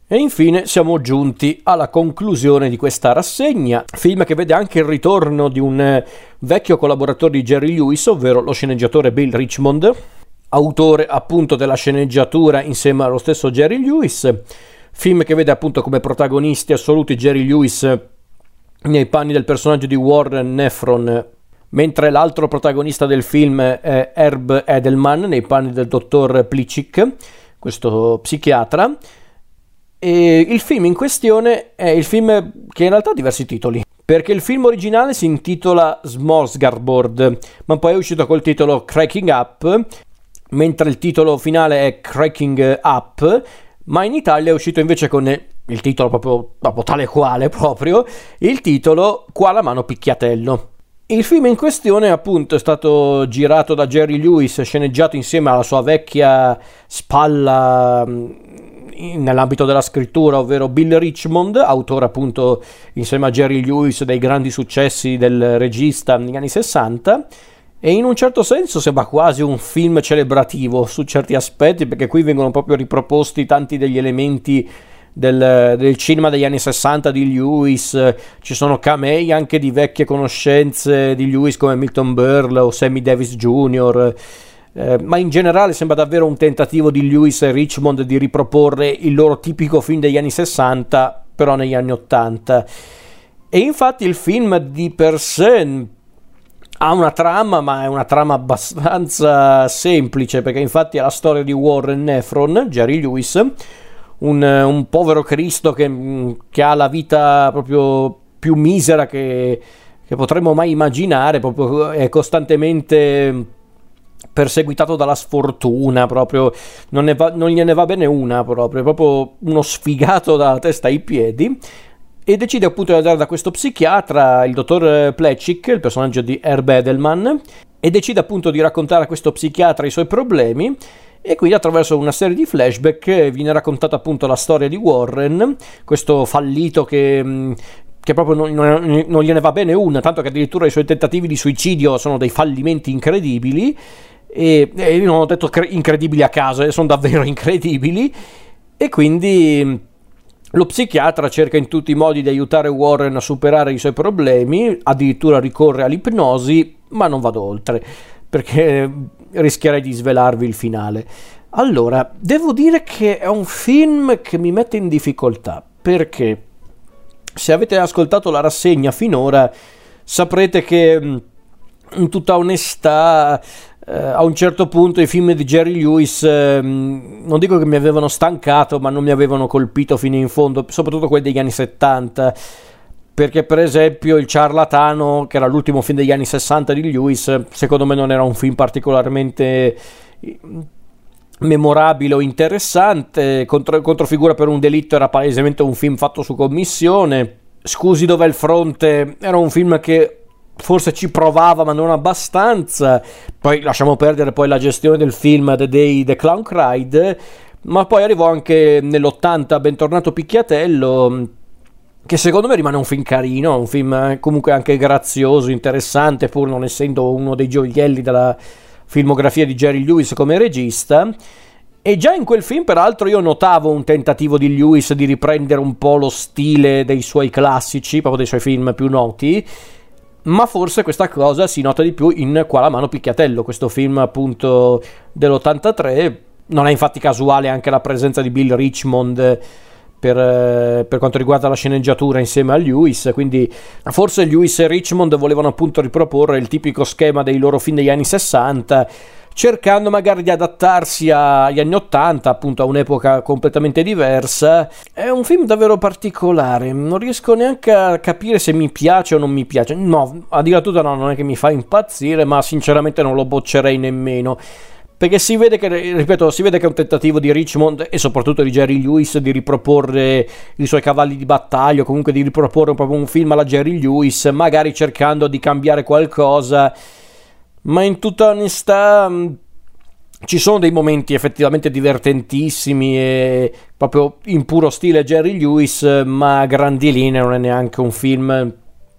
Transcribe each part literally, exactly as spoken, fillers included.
E infine siamo giunti alla conclusione di questa rassegna, film che vede anche il ritorno di un vecchio collaboratore di Jerry Lewis, ovvero lo sceneggiatore Bill Richmond, autore appunto della sceneggiatura insieme allo stesso Jerry Lewis. Film che vede appunto come protagonisti assoluti Jerry Lewis nei panni del personaggio di Warren Efron, mentre l'altro protagonista del film è Herb Edelman nei panni del dottor Plitschik, questo psichiatra. E il film in questione è il film che in realtà ha diversi titoli, perché il film originale si intitola Smorgasbord, ma poi è uscito col titolo Cracking Up, mentre il titolo finale è Cracking Up, ma in Italia è uscito invece con il titolo proprio, proprio tale quale proprio, il titolo Qua la mano picchiatello. Il film in questione appunto è stato girato da Jerry Lewis, sceneggiato insieme alla sua vecchia spalla nell'ambito della scrittura, ovvero Bill Richmond, autore appunto insieme a Jerry Lewis dei grandi successi del regista negli anni sessanta, e in un certo senso sembra quasi un film celebrativo su certi aspetti, perché qui vengono proprio riproposti tanti degli elementi del, del cinema degli anni sessanta di Lewis. Ci sono camei anche di vecchie conoscenze di Lewis come Milton Berle o Sammy Davis Junior, Eh, ma in generale sembra davvero un tentativo di Lewis e Richmond di riproporre il loro tipico film degli anni sessanta, però negli anni ottanta. E infatti il film di per sé ha una trama, ma è una trama abbastanza semplice, perché infatti è la storia di Warren Efron, Jerry Lewis, un, un povero Cristo che, che ha la vita proprio più misera che, che potremmo mai immaginare, proprio è costantemente perseguitato dalla sfortuna, proprio non, ne va, non gliene va bene una, proprio, è proprio uno sfigato dalla testa ai piedi, e decide appunto di andare da questo psichiatra, il dottor Plechik, il personaggio di Herb Edelman, e decide appunto di raccontare a questo psichiatra i suoi problemi, e quindi attraverso una serie di flashback viene raccontata appunto la storia di Warren, questo fallito che... che proprio non, non, non gliene va bene una, tanto che addirittura i suoi tentativi di suicidio sono dei fallimenti incredibili, e, e io non ho detto cre- incredibili a caso, sono davvero incredibili, e quindi lo psichiatra cerca in tutti i modi di aiutare Warren a superare i suoi problemi, addirittura ricorre all'ipnosi, ma non vado oltre, perché rischierei di svelarvi il finale. Allora, devo dire che è un film che mi mette in difficoltà, perché se avete ascoltato la rassegna finora saprete che, in tutta onestà, eh, a un certo punto i film di Jerry Lewis eh, non dico che mi avevano stancato, ma non mi avevano colpito fino in fondo, soprattutto quelli degli anni settanta, perché per esempio Il ciarlatano, che era l'ultimo film degli anni sessanta di Lewis, secondo me non era un film particolarmente memorabile o interessante. Contro, Controfigura per un delitto era palesemente un film fatto su commissione. Scusi, dov'è il fronte? Era un film che forse ci provava, ma non abbastanza. Poi lasciamo perdere poi la gestione del film The Day the Clown Cried, ma poi arrivò anche nell'ottanta Bentornato Picchiatello, che secondo me rimane un film carino, un film comunque anche grazioso, interessante, pur non essendo uno dei gioielli della filmografia di Jerry Lewis come regista. E già in quel film peraltro io notavo un tentativo di Lewis di riprendere un po' lo stile dei suoi classici, proprio dei suoi film più noti, ma forse questa cosa si nota di più in Qua la mano picchiatello, questo film appunto dell'ottantatré. Non è infatti casuale anche la presenza di Bill Richmond per, per quanto riguarda la sceneggiatura insieme a Lewis, quindi forse Lewis e Richmond volevano appunto riproporre il tipico schema dei loro film degli anni sessanta, cercando magari di adattarsi agli anni ottanta, appunto a un'epoca completamente diversa. È un film davvero particolare, non riesco neanche a capire se mi piace o non mi piace. No, a dire la tutta no, non è che mi fa impazzire, ma sinceramente non lo boccerei nemmeno, perché si vede che, ripeto, si vede che è un tentativo di Richmond e soprattutto di Jerry Lewis di riproporre i suoi cavalli di battaglia, o comunque di riproporre proprio un film alla Jerry Lewis, magari cercando di cambiare qualcosa. Ma in tutta onestà ci sono dei momenti effettivamente divertentissimi e proprio in puro stile Jerry Lewis, ma a grandi linee non è neanche un film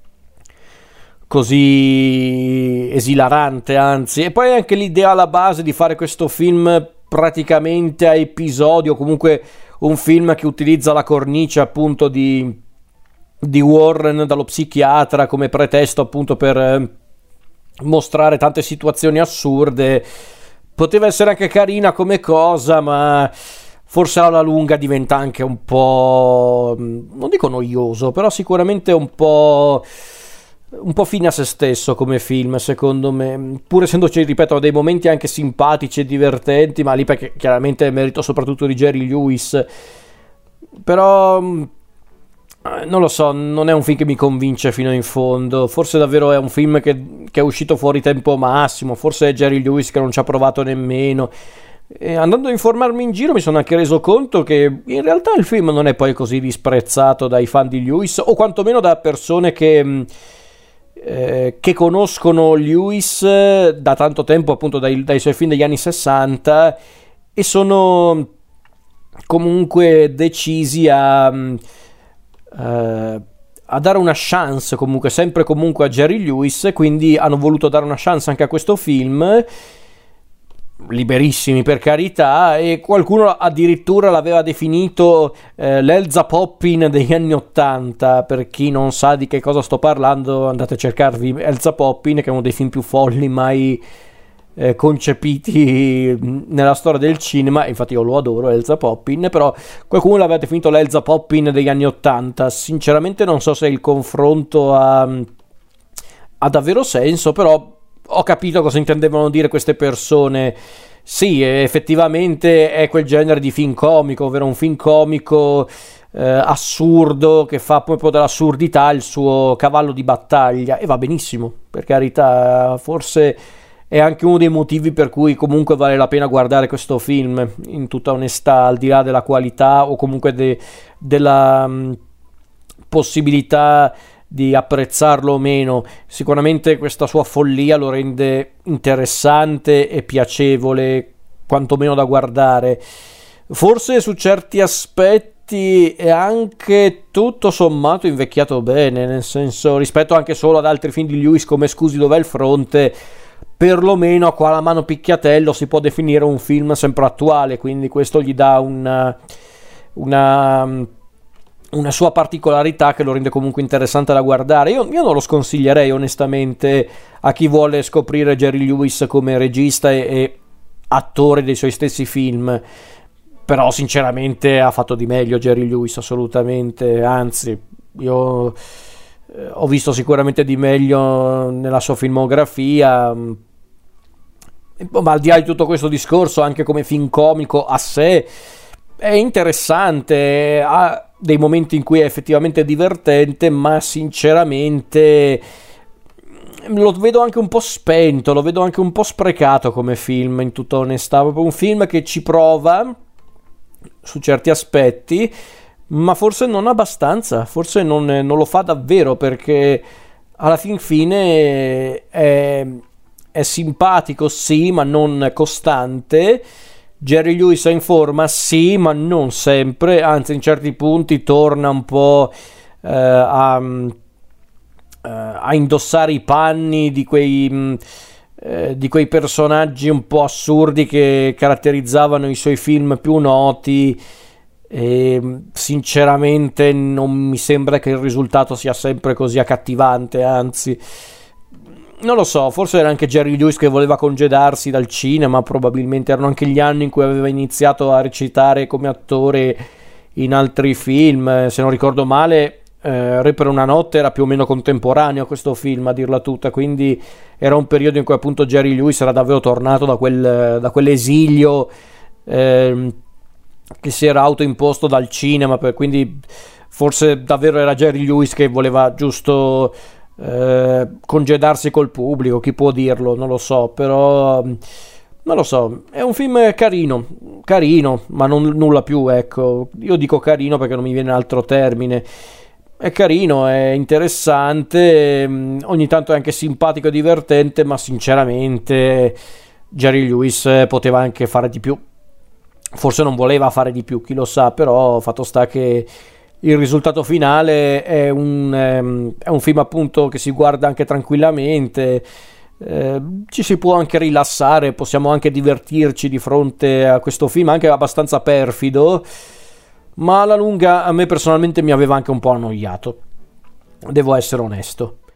così esilarante, anzi. E poi anche l'idea alla base di fare questo film praticamente a episodio, comunque un film che utilizza la cornice appunto di, di Warren dallo psichiatra come pretesto appunto per eh, mostrare tante situazioni assurde. Poteva essere anche carina come cosa, ma forse alla lunga diventa anche un po', non dico noioso, però sicuramente un po' un po' fine a se stesso come film, secondo me, pur essendoci, ripeto, dei momenti anche simpatici e divertenti, ma lì perché chiaramente è merito soprattutto di Jerry Lewis. Però non lo so, non è un film che mi convince fino in fondo. Forse davvero è un film che, che è uscito fuori tempo massimo, forse è Jerry Lewis che non ci ha provato nemmeno. E andando a informarmi in giro mi sono anche reso conto che in realtà il film non è poi così disprezzato dai fan di Lewis, o quantomeno da persone che, eh, che conoscono Lewis da tanto tempo, appunto dai, dai suoi film degli anni sessanta, e sono comunque decisi a, uh, a dare una chance comunque sempre comunque a Jerry Lewis, quindi hanno voluto dare una chance anche a questo film, liberissimi per carità, e qualcuno addirittura l'aveva definito eh, l'Elsa Poppin degli anni ottanta. Per chi non sa di che cosa sto parlando, andate a cercarvi Elsa Poppin, che è uno dei film più folli mai eh, concepiti nella storia del cinema. Infatti io lo adoro Elsa Poppin, però qualcuno l'aveva definito l'Elsa Poppin degli anni ottanta. Sinceramente non so se il confronto ha, ha davvero senso, però ho capito cosa intendevano dire queste persone. Sì, effettivamente è quel genere di film comico, ovvero un film comico eh, assurdo, che fa proprio dell'assurdità il suo cavallo di battaglia, e va benissimo, per carità. Forse è anche uno dei motivi per cui comunque vale la pena guardare questo film, in tutta onestà, al di là della qualità o comunque de- della mh, possibilità di apprezzarlo o meno. Sicuramente questa sua follia lo rende interessante e piacevole, quantomeno da guardare. Forse su certi aspetti è anche tutto sommato invecchiato bene, nel senso, rispetto anche solo ad altri film di Lewis come Scusi dov'è il fronte, perlomeno a qua la mano picchiatello si può definire un film sempre attuale, quindi questo gli dà una una una sua particolarità che lo rende comunque interessante da guardare. Io, io non lo sconsiglierei onestamente a chi vuole scoprire Jerry Lewis come regista e, e attore dei suoi stessi film, però sinceramente ha fatto di meglio Jerry Lewis, assolutamente. Anzi, io eh, ho visto sicuramente di meglio nella sua filmografia, ma al di là di tutto questo discorso, anche come film comico a sé è interessante, ha dei momenti in cui è effettivamente divertente, ma sinceramente lo vedo anche un po' spento, lo vedo anche un po' sprecato come film, in tutta onestà. Proprio un film che ci prova su certi aspetti, ma forse non abbastanza, forse non, non lo fa davvero, perché alla fin fine è, è simpatico, sì, ma non costante. Jerry Lewis è in forma, sì, ma non sempre, anzi in certi punti torna un po' eh, a, eh, a indossare i panni di quei, eh, di quei personaggi un po' assurdi che caratterizzavano i suoi film più noti, e sinceramente non mi sembra che il risultato sia sempre così accattivante, anzi. Non lo so, forse era anche Jerry Lewis che voleva congedarsi dal cinema, probabilmente erano anche gli anni in cui aveva iniziato a recitare come attore in altri film. Se non ricordo male, eh, Re per una notte era più o meno contemporaneo a questo film, a dirla tutta, quindi era un periodo in cui appunto Jerry Lewis era davvero tornato da, quel, da quell'esilio eh, che si era autoimposto dal cinema, per, quindi forse davvero era Jerry Lewis che voleva giusto Eh, congedarsi col pubblico, chi può dirlo, non lo so, però non lo so, è un film carino, carino, ma non nulla più, ecco. Io dico carino perché non mi viene altro termine. È carino, è interessante, ogni tanto è anche simpatico e divertente, ma sinceramente Jerry Lewis poteva anche fare di più. Forse non voleva fare di più, chi lo sa, però fatto sta che il risultato finale è un, ehm, è un film appunto che si guarda anche tranquillamente, eh, ci si può anche rilassare, possiamo anche divertirci di fronte a questo film anche abbastanza perfido, ma alla lunga a me personalmente mi aveva anche un po' annoiato, devo essere onesto.